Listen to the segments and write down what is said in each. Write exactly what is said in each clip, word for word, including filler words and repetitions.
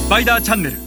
パイダーチャンネル。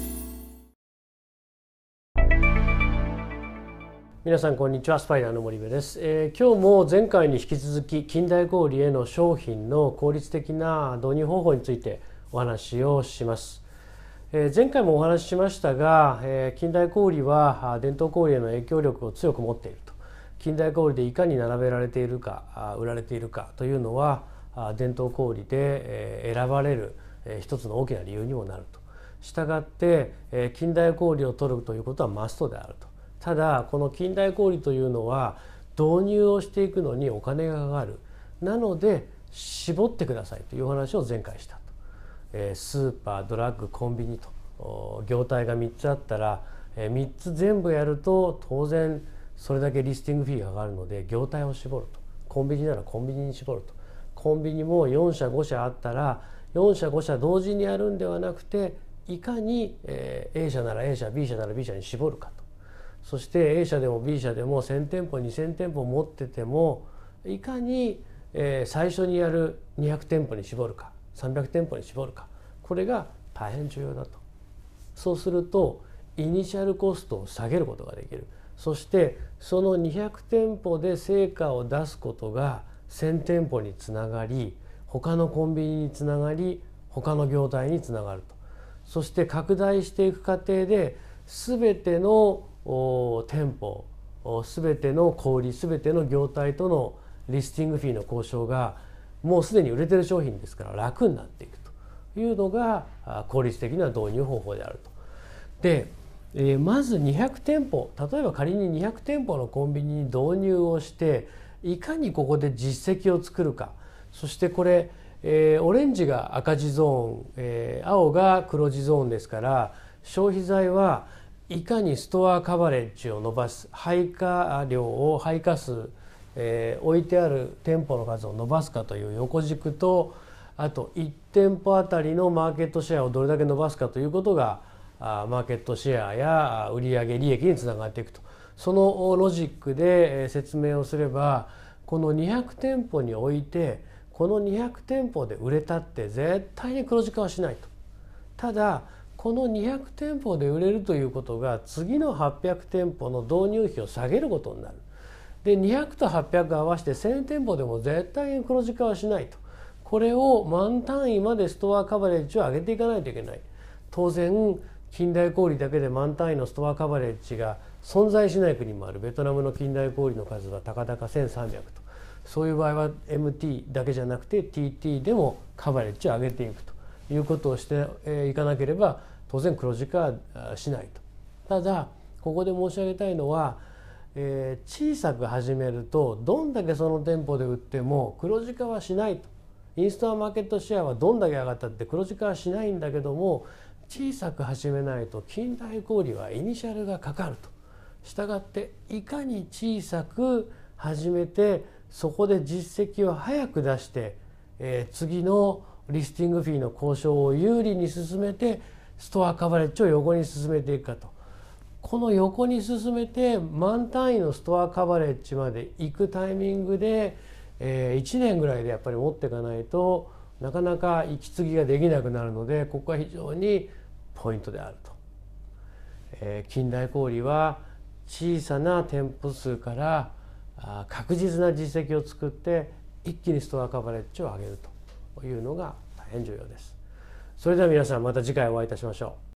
皆さんこんにちは、スパイダーの森部です。えー、今日も前回に引き続き近代小売への商品の効率的な導入方法についてお話をします。えー、前回もお話ししましたが、えー、近代小売は伝統小売への影響力を強く持っていると。近代小売でいかに並べられているか、売られているかというのは伝統小売で選ばれる一つの大きな理由にもなると。したがって近代小売を取るということはマストであると。ただこの近代小売というのは導入をしていくのにお金がかかる。なので絞ってくださいという話を前回したと。スーパー、ドラッグ、コンビニと業態がみっつあったらみっつ全部やると当然それだけリスティングフィーがかかるので業態を絞ると。コンビニならコンビニに絞ると。コンビニもよん社ご社あったらよん社ご社同時にやるんではなくていかに A 社なら A 社 B 社なら B 社に絞るかと。そして A 社でも B 社でもせん店舗にせん店舗持っててもいかに最初にやるにひゃく店舗に絞るかさんびゃく店舗に絞るか、これが大変重要だと。そうするとイニシャルコストを下げることができる。そしてそのにひゃく店舗で成果を出すことがせん店舗につながり、他のコンビニにつながり、他の業態につながると。そして拡大していく過程で全ての店舗、全ての小売、全ての業態とのリスティングフィーの交渉がもうすでに売れてる商品ですから楽になっていくというのが効率的な導入方法であると。で、えー、まずにひゃく店舗、例えば仮ににひゃく店舗のコンビニに導入をしていかにここで実績を作るか。そしてこれ、えー、オレンジが赤字ゾーン、えー、青が黒字ゾーンですから、消費財はいかにストアカバレッジを伸ばす、配下量を配下数、えー、置いてある店舗の数を伸ばすかという横軸と、あといち店舗あたりのマーケットシェアをどれだけ伸ばすかということがマーケットシェアや売上利益につながっていくと。そのロジックで説明をすれば、このにひゃく店舗においてこのにひゃく店舗で売れたって絶対に黒字化はしないと。ただこのにひゃく店舗で売れるということが次のはっぴゃく店舗の導入費を下げることになる。でにひゃくとはっぴゃく合わせてせん店舗でも絶対に黒字化はしないと。これを満単位までストアカバレッジを上げていかないといけない。当然近代小売だけで満単位のストアカバレッジが存在しない国もある。ベトナムの近代小売の数はたかだかせんさんびゃくと。そういう場合は エムティー だけじゃなくて ティーティー でもカバレッジを上げていくということをしていかなければ当然黒字化はしないと。ただここで申し上げたいのは、えー、小さく始めるとどんだけその店舗で売っても黒字化はしないと。インストアマーケットシェアはどんだけ上がったって黒字化はしないんだけども、小さく始めないと近代小売はイニシャルがかかると。したがっていかに小さく始めてそこで実績を早く出して、えー、次のリスティングフィーの交渉を有利に進めてストアカバレッジを横に進めていくかと。この横に進めて満単位のストアカバレッジまで行くタイミングで、えー、いちねんぐらいでやっぱり持っていかないとなかなか息継ぎができなくなるので、ここは非常にポイントであると。えー、近代小売は小さな店舗数から確実な実績を作って一気にストアカバレッジを上げるというのが大変重要です。それでは皆さんまた次回お会いいたしましょう。